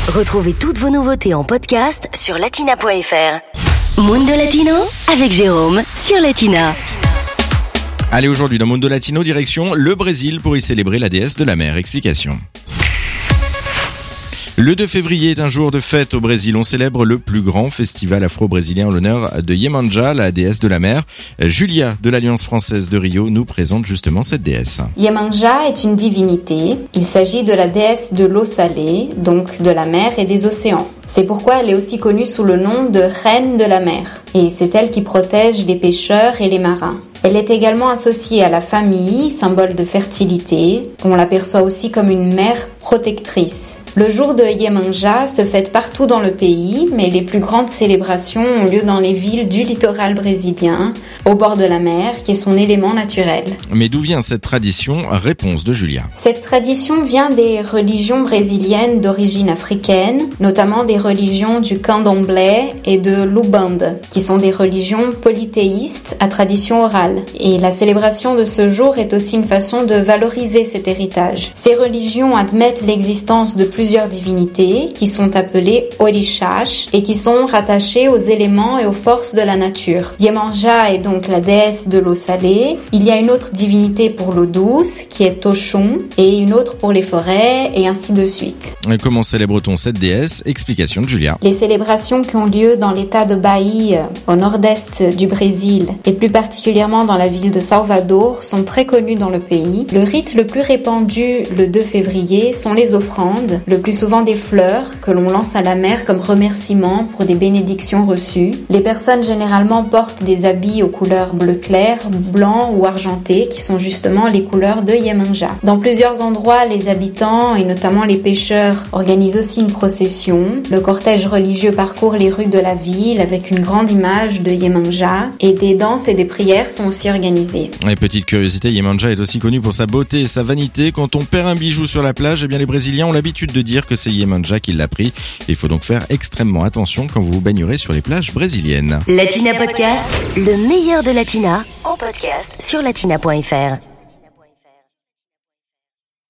Retrouvez toutes vos nouveautés en podcast sur latina.fr. Mundo Latino avec Jérôme sur Latina. Allez, aujourd'hui dans Mundo Latino, direction le Brésil pour y célébrer la déesse de la mer. Explication. Le 2 février est un jour de fête au Brésil. On célèbre le plus grand festival afro-brésilien en l'honneur de Iemanjá, la déesse de la mer. Julia de l'Alliance française de Rio nous présente justement cette déesse. Iemanjá est une divinité. Il s'agit de la déesse de l'eau salée, donc de la mer et des océans. C'est pourquoi elle est aussi connue sous le nom de Reine de la mer. Et c'est elle qui protège les pêcheurs et les marins. Elle est également associée à la famille, symbole de fertilité. On l'aperçoit aussi comme une mère protectrice. Le jour de Iemanjá se fête partout dans le pays, mais les plus grandes célébrations ont lieu dans les villes du littoral brésilien, au bord de la mer, qui est son élément naturel. Mais d'où vient cette tradition ? Réponse de Julia. Cette tradition vient des religions brésiliennes d'origine africaine, notamment des religions du candomblé et de l'Umbanda, qui sont des religions polythéistes à tradition orale. Et la célébration de ce jour est aussi une façon de valoriser cet héritage. Ces religions admettent l'existence de plusieurs divinités qui sont appelées orixás et qui sont rattachées aux éléments et aux forces de la nature. Iemanjá est donc la déesse de l'eau salée. Il y a une autre divinité pour l'eau douce qui est Oxum et une autre pour les forêts et ainsi de suite. Comment célèbre-t-on cette déesse ? Explication de Julia. Les célébrations qui ont lieu dans l'état de Bahia, au nord-est du Brésil et plus particulièrement dans la ville de Salvador sont très connues dans le pays. Le rite le plus répandu le 2 février sont les offrandes, le plus souvent des fleurs que l'on lance à la mer comme remerciement pour des bénédictions reçues. Les personnes généralement portent des habits aux couleurs bleu clair, blanc ou argenté qui sont justement les couleurs de Iemanjá. Dans plusieurs endroits, les habitants et notamment les pêcheurs organisent aussi une procession. Le cortège religieux parcourt les rues de la ville avec une grande image de Iemanjá et des danses et des prières sont aussi organisées. Et petite curiosité, Iemanjá est aussi connu pour sa beauté et sa vanité. Quand on perd un bijou sur la plage, eh bien les Brésiliens ont l'habitude de dire que c'est Iemanjá qui l'a pris. Il faut donc faire extrêmement attention quand vous vous baignerez sur les plages brésiliennes. Latina Podcast, le meilleur de Latina en podcast sur latina.fr.